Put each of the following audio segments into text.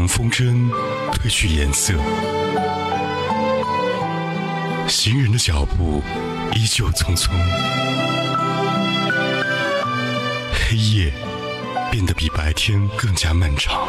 风筝褪去颜色，行人的脚步依旧匆匆，黑夜变得比白天更加漫长，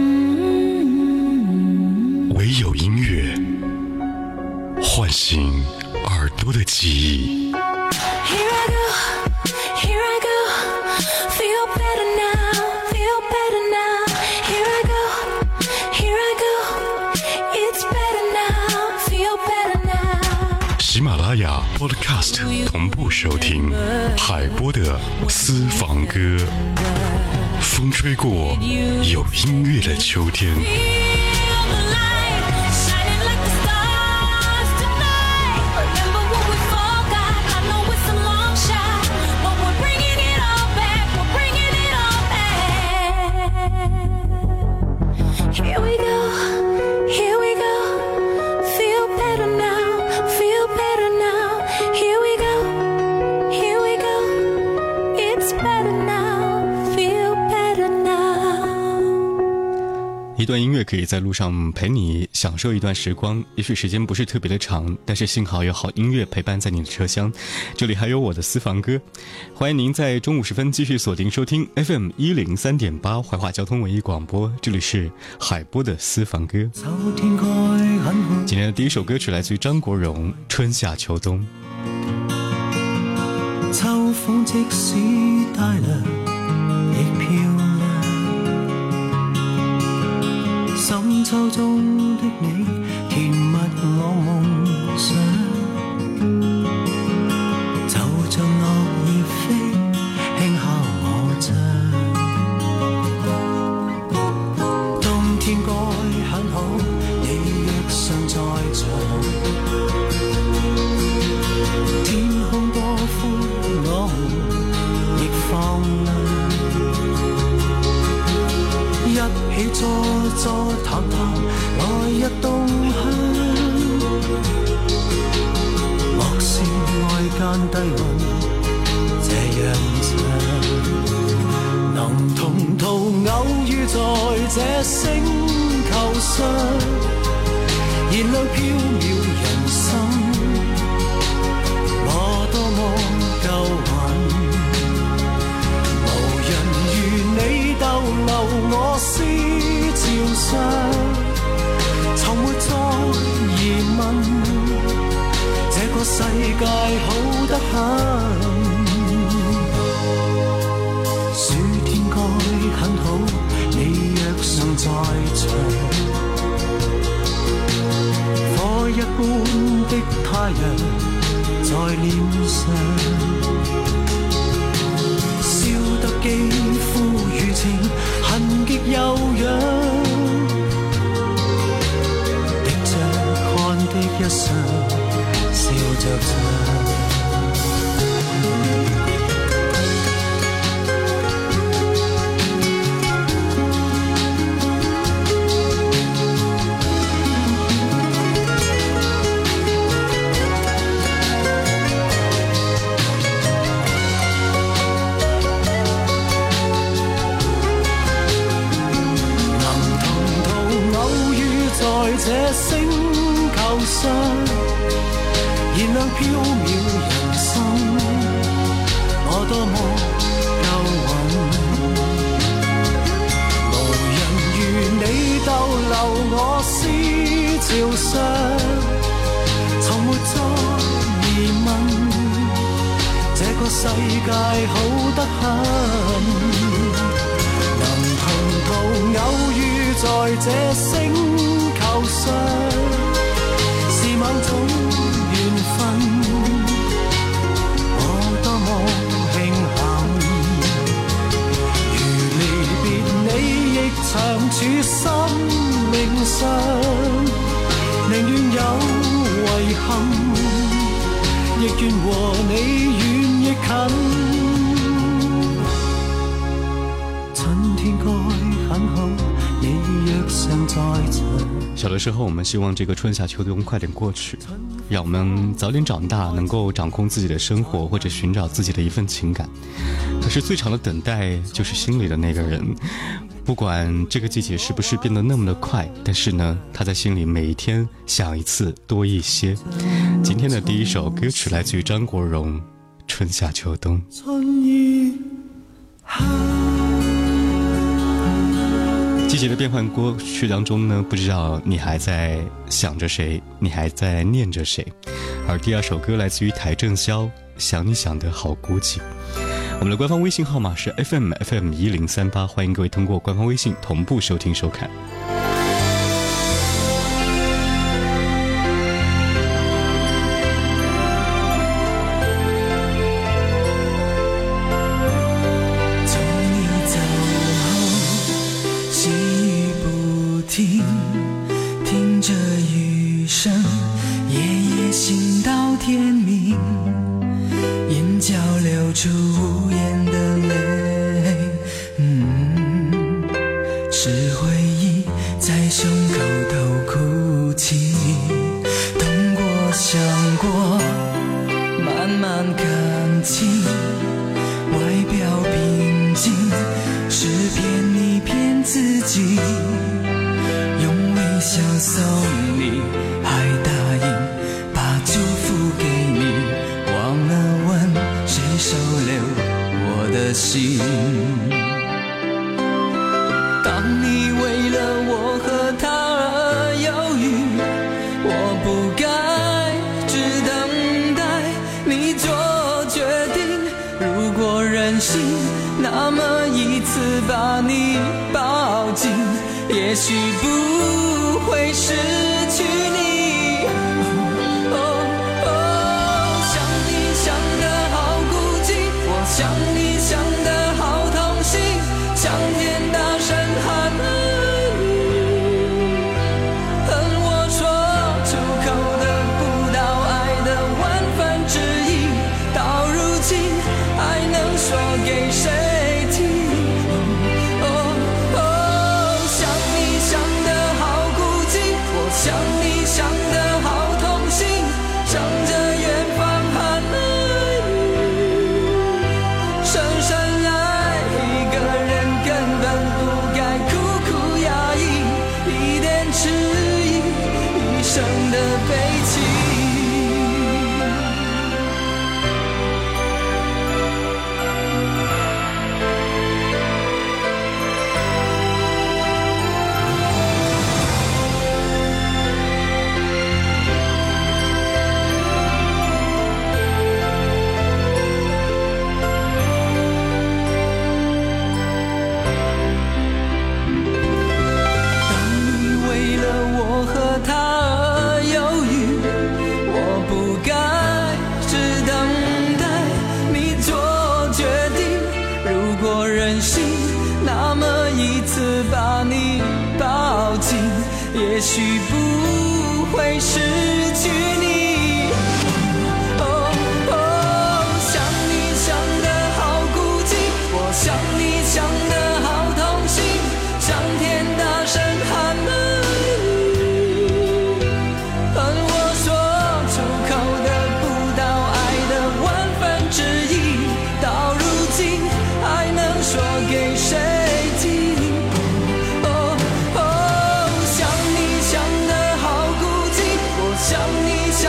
唯有音乐唤醒耳朵的记忆。 Here I go, here I go, feel better now, feel better now. Here I go, here I go, it's better now, feel better now. 喜马拉雅 Podcast 同步收听海波的私房歌，风吹过有音乐的秋天。 Here we go, here we go, feel better now, feel better now. Here we go, it's better now, feel better now. 一段音乐可以在路上陪你享受一段时光，也许时间不是特别的长，但是幸好有好音乐陪伴在你的车厢。这里还有我的私房歌，欢迎您在中午时分继续锁定收听 FM 103.8怀化交通文艺广播，这里是海波的私房歌。今天的第一首歌曲来自于张国荣，《春夏秋冬》。 秋風即使帶涼亦漂亮，深秋中的你甜蜜我夢想，就像落葉飛輕敲我窗。冬天該很好，你若尚在場，天空多寬我們亦放亮，一起坐坐談談來日動向，莫視外間低溫這樣長，能同途偶遇在這星球上，燃亮飄渺人生，我多麼夠運，無人如你逗留我思潮上，從沒再疑問，這個世界好得很，暑天該很好，你若尚在場，火一般的太陽在臉上，燒得肌膚如情，痕極悠揚，滴着汗的一雙，笑着唱。這星球上，燃亮飄渺人生，我多麼夠運，無人如你逗留我思潮上，從沒再疑問，這個世界好得很，能同途偶遇在這星球上，是某種緣分，我多麼慶幸，如離別你亦長處生命上，寧願有遺憾，亦願和你遠亦近，春天該很好，你若尚在場。 小的时候我们希望这个春夏秋冬快点过去，让我们早点长大，能够掌控自己的生活，或者寻找自己的一份情感。可是最长的等待就是心里的那个人， 不管这个季节是不是变得那么的快，但是呢，他在心里每一天想一次多一些。今天的第一首歌曲来自于张国荣，《春夏秋冬》。季节的变换过去当中呢，不知道你还在想着谁，你还在念着谁。而第二首歌来自于邰正宵，想你想得好孤寂。我们的官方微信号码是 FM1038，欢迎各位通过官方微信同步收听收看。 听着雨声，夜夜醒到天明，眼角流出无言的泪，是回忆在胸口头哭泣，痛过想过慢慢看清，外表平静是骗你骗自己，想送你，还答应把祝福给你，忘了问谁收留我的心。当你为了我和他而犹豫，我不该只等待你做决定。如果任性，那么一次把你抱紧，也许不会失去你。想你想得好孤寂，我想你想得好痛心，向天大声喊爱你，恨我说出口得不到爱的万分之一，到如今还能说给谁听？想你想得好痛心，向着远方喊爱你，深深爱一个人根本不该苦苦压抑，一点迟疑，一生的悲戚。把你抱紧，也许不会失去你。想你想得好孤寂，我想你想得好痛心，向天大声喊爱你，恨我说出口得不到爱的万分之一，到如今还能说给谁听？想你想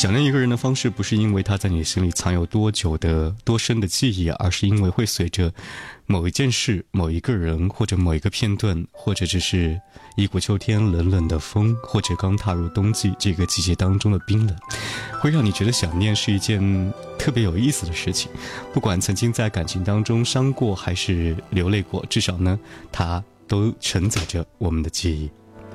想念一个人的方式，不是因为他在你心里藏有多深的记忆，而是因为会随着某一件事、某一个人，或者某一个片段，或者只是一股秋天冷冷的风，或者刚踏入冬季这个季节当中的冰冷，会让你觉得想念是一件特别有意思的事情。不管曾经在感情当中伤过还是流泪过，至少呢，它都承载着我们的记忆。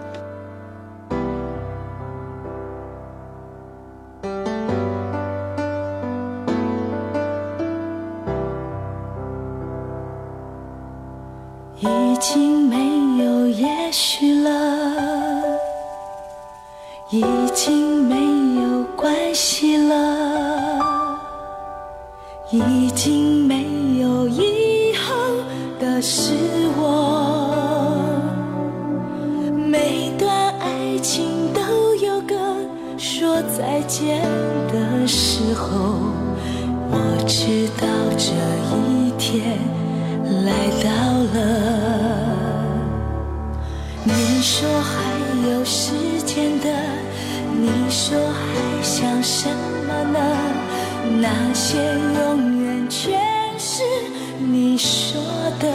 已经没有也许了，已经没有关系了，已经没有以后的是我。每段爱情都有个说再见的时候，我知道这一天来到了。你说还有时间的，你说还想什么呢？那些永远全是你说的。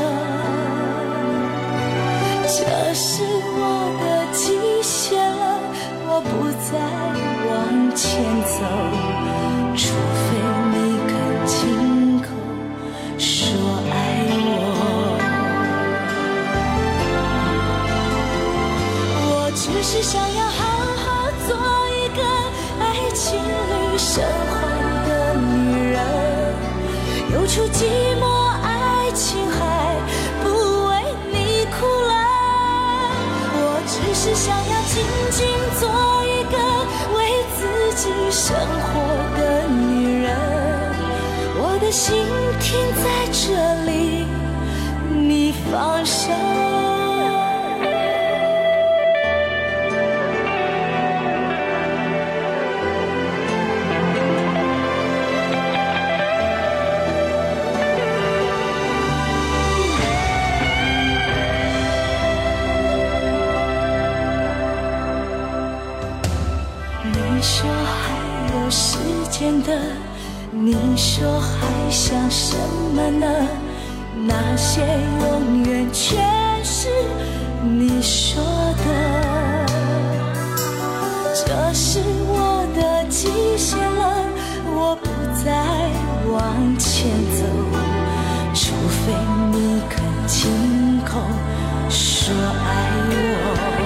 这是我的极限了，我不再往前走，除非你肯亲口说爱我。我只是想要好好做一个爱情里生还的女人，有出寂寞爱情还不为你哭了。我只是想要静静做一个为自己生活的女人，我的心停在这里，你放手。你说还有时间的，你说还想什么呢？那些永远全是你说的。这是我的极限了，我不再往前走，除非你肯亲口说爱我。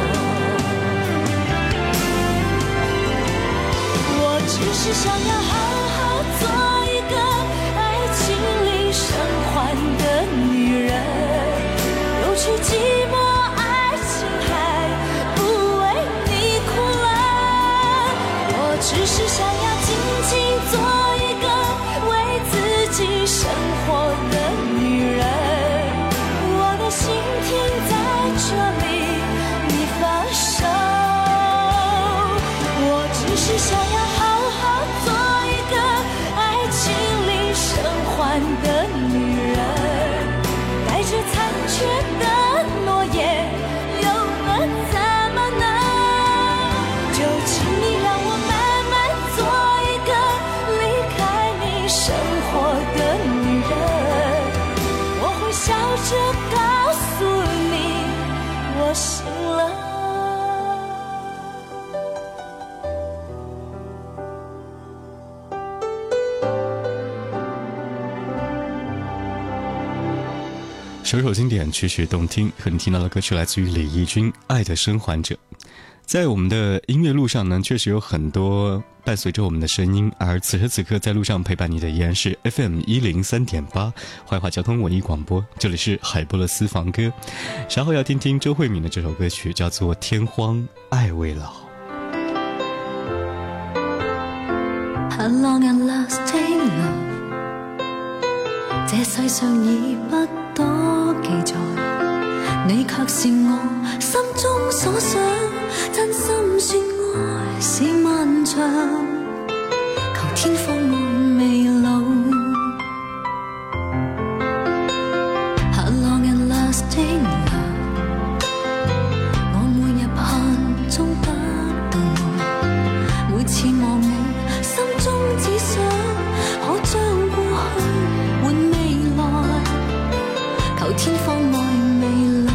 只是想要好好做一个爱情里生还的女人，有出寂寞爱情还不为你哭了。我只是想要静静做一个为自己生活的女人，我的心停在这里，你放手。我只是想要的女人，带着残缺的诺言，又能怎么能？就请你让我慢慢做一个离开你生活的女人，我会笑着告诉你，我醒了。 首首经典，曲曲动听，和你听到的歌曲来自于李翊君《爱的生还者》。在我们的音乐路上呢，确实有很多伴随着我们的声音，而此时此刻在路上陪伴你的依然是 FM103.8 怀化交通文艺广播，这里是海波勒私房歌。稍后要听听周慧敏的这首歌曲，叫做《天荒爱未老》。 How long and lasting love， 這世上已不多記載，你卻是我心中所想，真心說愛是漫長，求天荒愛未老。 How long and lasting love， 我每日盼中得到愛，每次望你求天荒愛未老。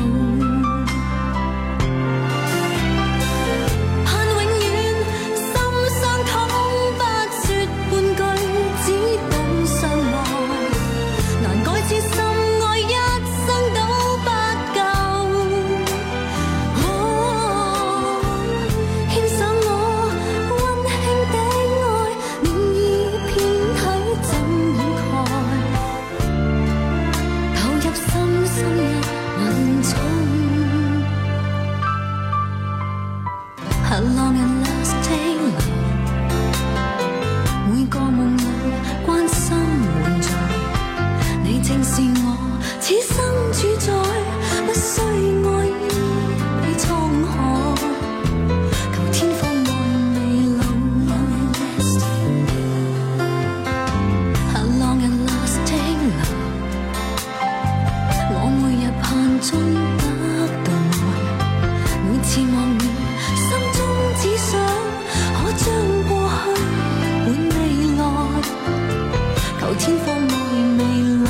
盼永遠心相通，不說半句，只懂相愛。難改此心愛，一生都不夠。牽上我溫馨的愛，暖意遍體怎掩蓋？投入深深一吻中。How long and lasting love， 每個夢裏關心滿載，你正是我此生主宰，不需愛意比滄海，求天荒愛未老。How long and lasting love， 我每日盼中得到愛，每次望你心中只想可將過去換未來，求天荒愛未老。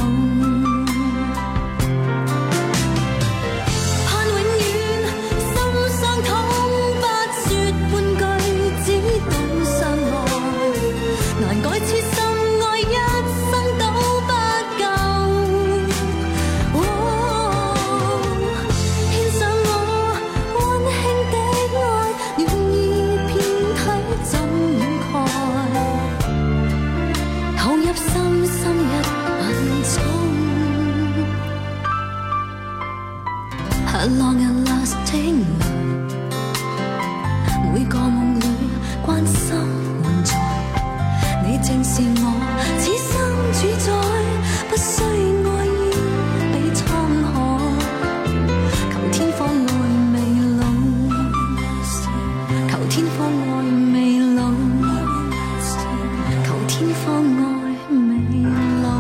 盼永遠心相通，不說半句，只懂相愛。難改此心愛，一生都不夠。牽上我溫馨的愛，暖意遍體怎掩蓋？投入深深一吻中。How long and lasting love， 每個夢裏關心滿載，你正是我此生主宰，不需愛意比滄海，求天荒愛未老，求天荒愛未老，求天荒愛未老。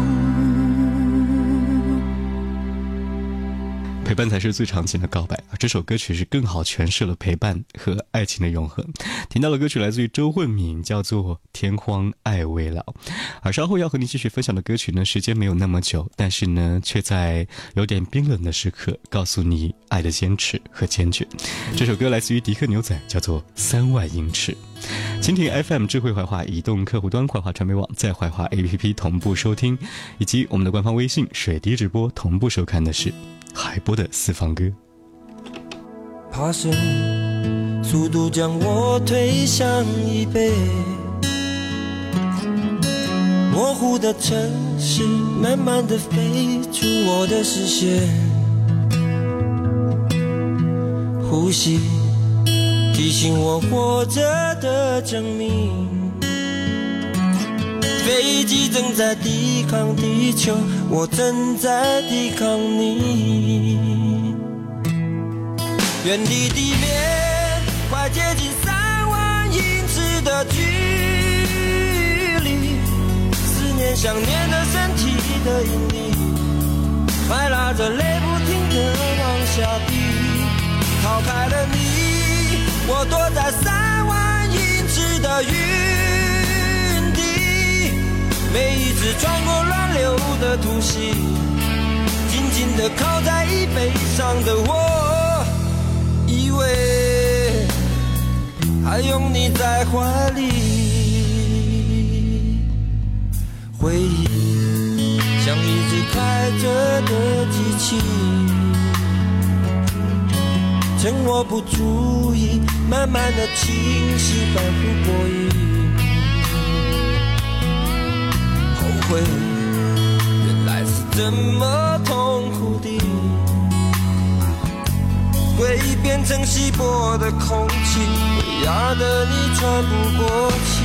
陪伴才是最长情的告白，而这首歌曲是更好诠释了陪伴和爱情的永恒。听到的歌曲来自于周慧敏，叫做《天荒爱未老》。而稍后要和你继续分享的歌曲呢，时间没有那么久，但是呢，却在有点冰冷的时刻，告诉你爱的坚持和坚决。这首歌来自于迪克牛仔，叫做《3万英尺》。蜻蜓 FM 智慧怀化移动客户端、怀化传媒网在怀化 APP 同步收听，以及我们的官方微信水滴直播同步收看的是海波的私房歌。 爬升，速度将我推向椅背，模糊的城市慢慢地飞出我的视线，呼吸提醒我活着的证明，飞机正在抵抗地球，我正在抵抗你，远离地面快接近3万英尺的距离，思念想念的身体的引力，快拉着泪不停地往下滴，逃开了你，我躲在3万英尺的云底，每一次穿过乱流的突袭，紧紧地靠在椅背上的我，以为还拥你在怀里，回忆像一只开着的机器，趁我不注意，慢慢的清晰，反复播音，后悔原来是这么痛苦的，回忆变成稀薄的空气，会压得你喘不过气。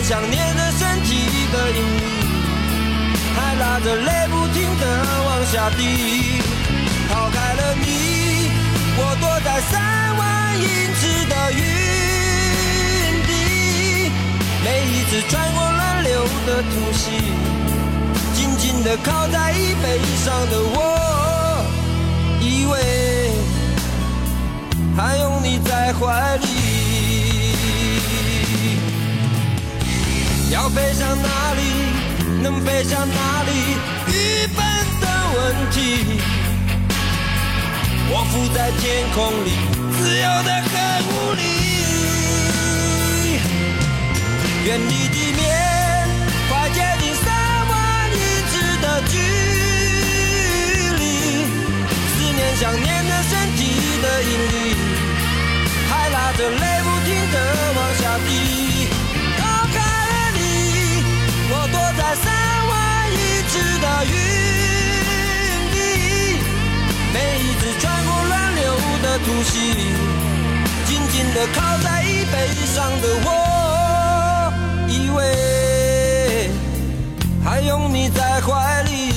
想念着身体的引力，还拉着泪不停地往下滴。逃开了你，我躲在3万英尺的云底，每一次穿过乱流的突袭，紧紧地靠在椅背上的我，以为还拥你在怀里。要飞向哪里，能飞向哪里，愚笨的问题。我浮在天空里，自由得很无力。远离地面，快接近3万英尺的距离。思念想念着身体的引力，还拉着泪不停地往下滴。逃开了你，我躲在3万英尺的云底，每一次穿过乱流的突袭，紧紧地靠在椅背上的我，以为还拥你在怀里。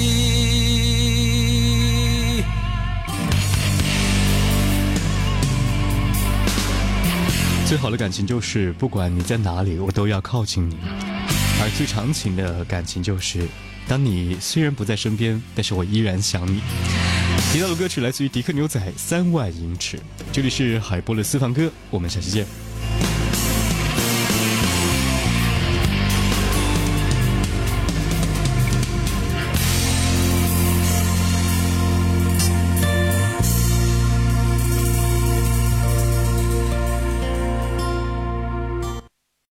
最好的感情就是不管你在哪里，我都要靠近你。而最长情的感情就是当你虽然不在身边，但是我依然想你。提到的歌曲来自于迪克牛仔《3万英尺》。这里是海波的私房歌，我们下期见。